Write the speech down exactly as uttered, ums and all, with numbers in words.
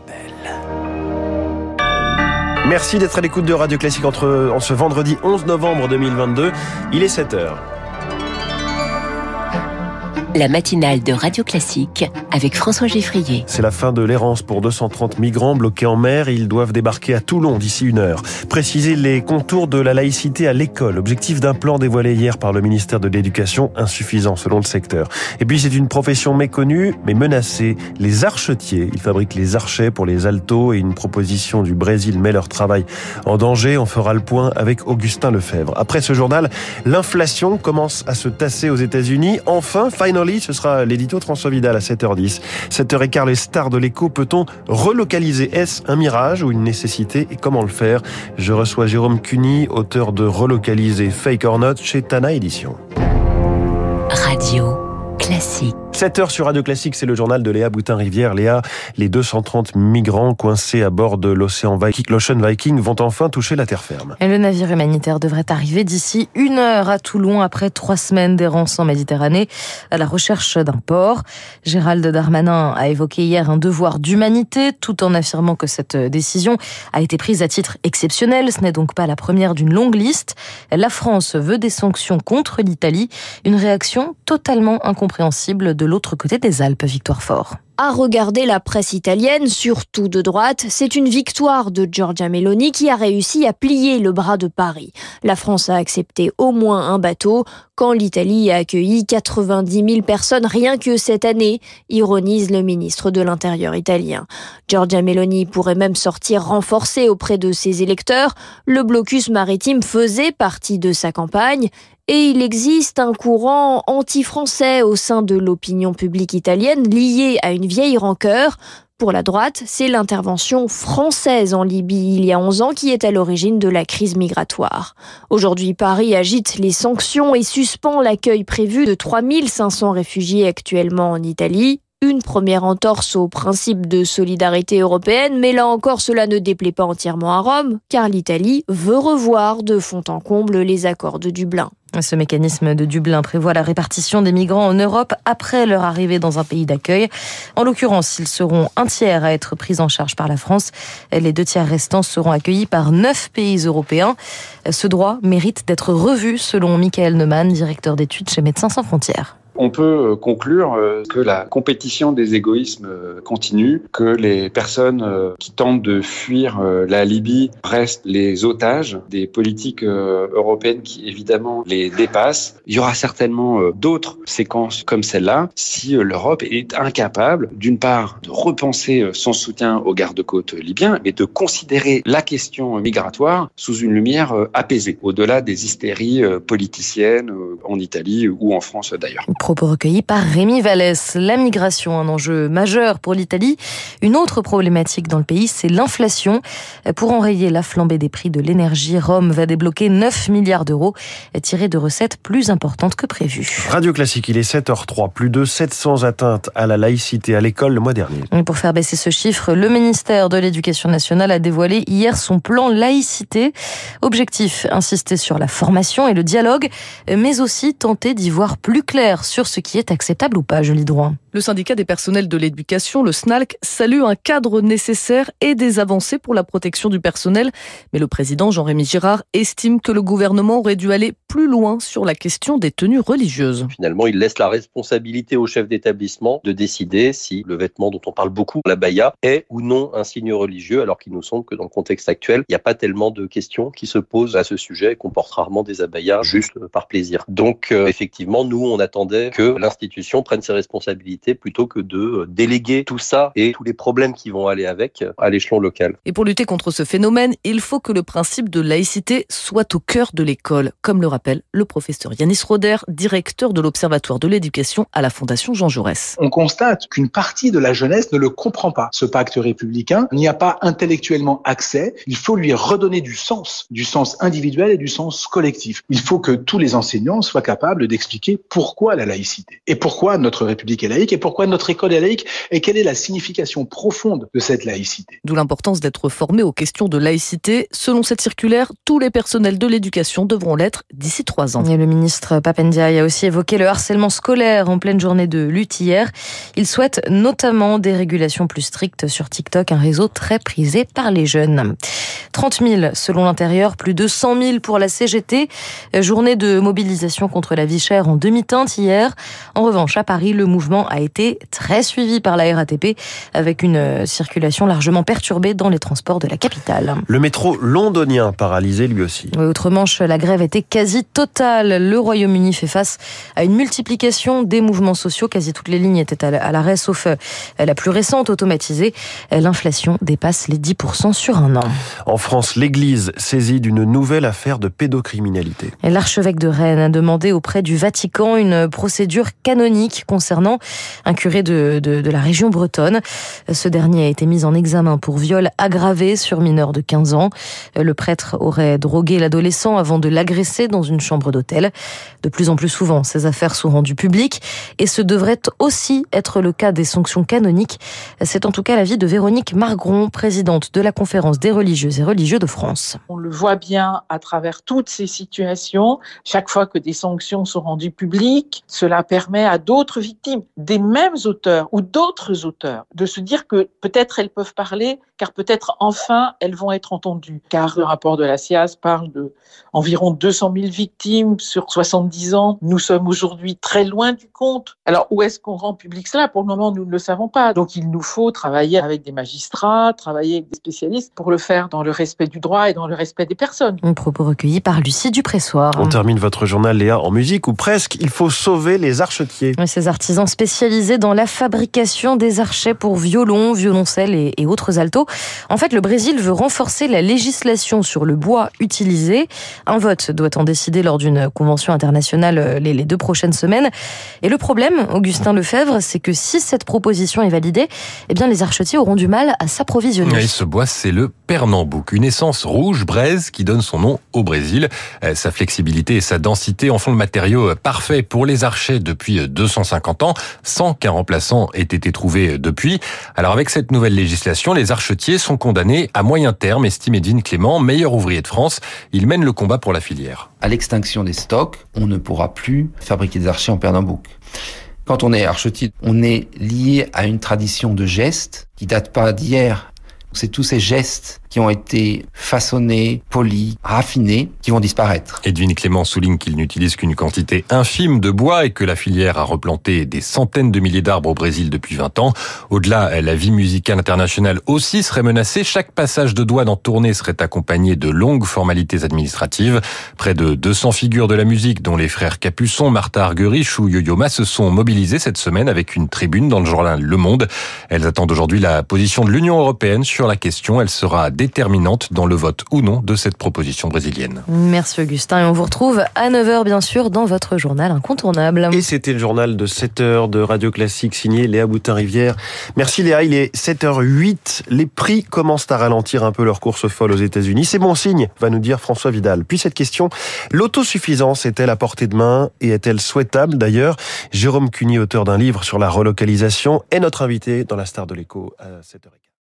belle. Merci d'être à l'écoute de Radio Classique entre, en ce vendredi onze novembre deux mille vingt-deux. Il est sept heures. La matinale de Radio Classique avec François Geffrier. C'est la fin de l'errance pour deux cent trente migrants bloqués en mer. Ils doivent débarquer à Toulon d'ici une heure. Préciser les contours de la laïcité à l'école. Objectif d'un plan dévoilé hier par le ministère de l'Éducation, insuffisant selon le secteur. Et puis c'est une profession méconnue mais menacée. Les archetiers. Ils fabriquent les archets pour les altos et une proposition du Brésil met leur travail en danger. On fera le point avec Augustin Lefebvre. Après ce journal, l'inflation commence à se tasser aux États-Unis. Enfin, final ce sera l'édito de François Vidal à sept heures dix. sept heures quinze, les stars de l'écho. Peut-on relocaliser? Est-ce un mirage ou une nécessité? Et comment le faire? Je reçois Jérôme Cuny, auteur de Relocaliser Fake or Not chez Tana Édition. Radio Classique. sept heures sur Radio Classique, c'est le journal de Léa Boutin-Rivière. Léa, les deux cent trente migrants coincés à bord de l'Océan Viking, l'Ocean Viking vont enfin toucher la terre ferme. Et le navire humanitaire devrait arriver d'ici une heure à Toulon après trois semaines d'errance en Méditerranée à la recherche d'un port. Gérald Darmanin a évoqué hier un devoir d'humanité tout en affirmant que cette décision a été prise à titre exceptionnel. Ce n'est donc pas la première d'une longue liste. La France veut des sanctions contre l'Italie. Une réaction totalement incompréhensible de de l'autre côté des Alpes, Victoire Fort. À regarder la presse italienne, surtout de droite, c'est une victoire de Giorgia Meloni qui a réussi à plier le bras de Paris. La France a accepté au moins un bateau, quand l'Italie a accueilli quatre-vingt-dix mille personnes rien que cette année, ironise le ministre de l'Intérieur italien. Giorgia Meloni pourrait même sortir renforcée auprès de ses électeurs. Le blocus maritime faisait partie de sa campagne. Et il existe un courant anti-français au sein de l'opinion publique italienne lié à une vieille rancœur. Pour la droite, c'est l'intervention française en Libye il y a onze ans qui est à l'origine de la crise migratoire. Aujourd'hui, Paris agite les sanctions et suspend l'accueil prévu de trois mille cinq cents réfugiés actuellement en Italie. Une première entorse au principe de solidarité européenne, mais là encore, cela ne déplaît pas entièrement à Rome, car l'Italie veut revoir de fond en comble les accords de Dublin. Ce mécanisme de Dublin prévoit la répartition des migrants en Europe après leur arrivée dans un pays d'accueil. En l'occurrence, ils seront un tiers à être pris en charge par la France. Les deux tiers restants seront accueillis par neuf pays européens. Ce droit mérite d'être revu, selon Michael Neumann, directeur d'études chez Médecins sans frontières. On peut conclure que la compétition des égoïsmes continue, que les personnes qui tentent de fuir la Libye restent les otages des politiques européennes qui évidemment les dépassent. Il y aura certainement d'autres séquences comme celle-là si l'Europe est incapable, d'une part, de repenser son soutien aux gardes-côtes libyens, mais de considérer la question migratoire sous une lumière apaisée, au-delà des hystéries politiciennes en Italie ou en France d'ailleurs. Propos recueillis par Rémi Vallès. La migration, un enjeu majeur pour l'Italie. Une autre problématique dans le pays, c'est l'inflation. Pour enrayer la flambée des prix de l'énergie, Rome va débloquer neuf milliards d'euros, tirés de recettes plus importantes que prévues. Radio Classique, il est sept heures trois. Plus de sept cents atteintes à la laïcité à l'école le mois dernier. Et pour faire baisser ce chiffre, le ministère de l'Éducation nationale a dévoilé hier son plan laïcité. Objectif, insister sur la formation et le dialogue, mais aussi tenter d'y voir plus clair sur ce qui est acceptable ou pas, Julie Drouin. Le syndicat des personnels de l'éducation, le S N A L C, salue un cadre nécessaire et des avancées pour la protection du personnel. Mais le président Jean-Rémy Girard estime que le gouvernement aurait dû aller plus loin sur la question des tenues religieuses. Finalement, il laisse la responsabilité au chef d'établissement de décider si le vêtement dont on parle beaucoup, la baya, est ou non un signe religieux, alors qu'il nous semble que dans le contexte actuel, il n'y a pas tellement de questions qui se posent à ce sujet et qu'on porte rarement des abayas juste par plaisir. Donc, euh, effectivement, nous, on attendait que l'institution prenne ses responsabilités plutôt que de déléguer tout ça et tous les problèmes qui vont aller avec à l'échelon local. Et pour lutter contre ce phénomène, il faut que le principe de laïcité soit au cœur de l'école, comme le rappelle le professeur Yanis Roder, directeur de l'Observatoire de l'éducation à la Fondation Jean Jaurès. On constate qu'une partie de la jeunesse ne le comprend pas. Ce pacte républicain n'y a pas intellectuellement accès. Il faut lui redonner du sens, du sens individuel et du sens collectif. Il faut que tous les enseignants soient capables d'expliquer pourquoi la laïcité et pourquoi notre République est laïque et pourquoi notre école est laïque et quelle est la signification profonde de cette laïcité. D'où l'importance d'être formé aux questions de laïcité. Selon cette circulaire, tous les personnels de l'éducation devront l'être d'ici trois ans. Et le ministre Pap Ndiaye a aussi évoqué le harcèlement scolaire en pleine journée de lutte hier. Il souhaite notamment des régulations plus strictes sur TikTok, un réseau très prisé par les jeunes. trente mille selon l'Intérieur, plus de cent mille pour la C G T. Journée de mobilisation contre la vie chère en demi-teinte hier. En revanche, à Paris, le mouvement a été très suivi par la R A T P avec une circulation largement perturbée dans les transports de la capitale. Le métro londonien paralysé lui aussi. Oui, outre-Manche, la grève était quasi totale. Le Royaume-Uni fait face à une multiplication des mouvements sociaux. Quasi toutes les lignes étaient à l'arrêt, sauf la plus récente, automatisée. L'inflation dépasse les dix pour cent sur un an. En France, l'Église saisie d'une nouvelle affaire de pédocriminalité. L'archevêque de Rennes a demandé auprès du Vatican une procédure canonique concernant un curé de, de, de la région bretonne. Ce dernier a été mis en examen pour viol aggravé sur mineur de quinze ans. Le prêtre aurait drogué l'adolescent avant de l'agresser dans une chambre d'hôtel. De plus en plus souvent, ces affaires sont rendues publiques et ce devrait aussi être le cas des sanctions canoniques. C'est en tout cas l'avis de Véronique Margron, présidente de la Conférence des religieuses et religieux de France. On le voit bien à travers toutes ces situations. Chaque fois que des sanctions sont rendues publiques, cela permet à d'autres victimes, des mêmes auteurs ou d'autres auteurs, de se dire que peut-être elles peuvent parler, car peut-être enfin elles vont être entendues. Car le rapport de la C I A S parle de environ deux cent mille victimes sur soixante-dix ans. Nous sommes aujourd'hui très loin du compte. Alors où est-ce qu'on rend public cela ? Pour le moment, nous ne le savons pas. Donc il nous faut travailler avec des magistrats, travailler avec des spécialistes pour le faire dans le respect du droit et dans le respect des personnes. Un propos recueilli par Lucie Dupressoir. On termine votre journal, Léa, en musique, ou presque. Il faut sauver les archetiers. Ces artisans spécialisés dans la fabrication des archets pour violon, violoncelle et, et autres altos. En fait, le Brésil veut renforcer la législation sur le bois utilisé. Un vote doit en décider lors d'une convention internationale les, les deux prochaines semaines. Et le problème, Augustin Lefebvre, c'est que si cette proposition est validée, eh bien les archetiers auront du mal à s'approvisionner. Et ce bois, c'est le Pernambouc, une essence rouge braise qui donne son nom au Brésil. Sa flexibilité et sa densité en font le matériau parfait pour les archets depuis deux cent cinquante ans, sans qu'un remplaçant ait été trouvé depuis. Alors avec cette nouvelle législation, les archetiers sont condamnés à moyen terme, estime Edwin Clément, meilleur ouvrier de France. Il mène le combat pour la filière. À l'extinction des stocks, on ne pourra plus fabriquer des archets en Pernambouc. Quand on est archetier, on est lié à une tradition de gestes qui date pas d'hier. C'est tous ces gestes qui ont été façonnés, polis, raffinés, qui vont disparaître. Edwin Clément souligne qu'il n'utilise qu'une quantité infime de bois et que la filière a replanté des centaines de milliers d'arbres au Brésil depuis vingt ans. Au-delà, la vie musicale internationale aussi serait menacée. Chaque passage de douane en tournée serait accompagné de longues formalités administratives. Près de deux cents figures de la musique, dont les frères Capuçon, Martha Argerich ou Yo-Yo Ma, se sont mobilisées cette semaine avec une tribune dans le journal Le Monde. Elles attendent aujourd'hui la position de l'Union européenne sur la question. Elle sera déterminante dans le vote ou non de cette proposition brésilienne. Merci Augustin, et on vous retrouve à neuf heures bien sûr dans votre journal incontournable. Et c'était le journal de sept heures de Radio Classique signé Léa Boutin-Rivière. Merci Léa, il est sept heures huit. Les prix commencent à ralentir un peu leur course folle aux États-Unis. C'est bon signe, va nous dire François Vidal. Puis cette question, l'autosuffisance est-elle à portée de main et est-elle souhaitable d'ailleurs? Jérôme Cuny, auteur d'un livre sur la relocalisation, est notre invité dans la Star de l'Écho à sept heures quinze.